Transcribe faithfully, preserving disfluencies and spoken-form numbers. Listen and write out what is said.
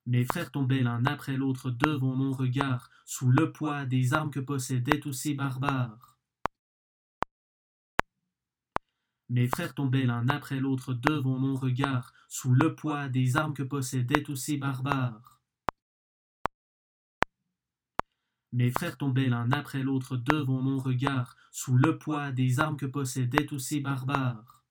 Mes frères tombaient l'un après l'autre devant mon regard, sous le poids des armes que possédaient tous ces barbares. Mes frères tombaient l'un après l'autre devant mon regard, sous le poids des armes que possédaient tous ces barbares. Mes frères tombaient l'un après l'autre devant mon regard, sous le poids des armes que possédaient tous ces barbares.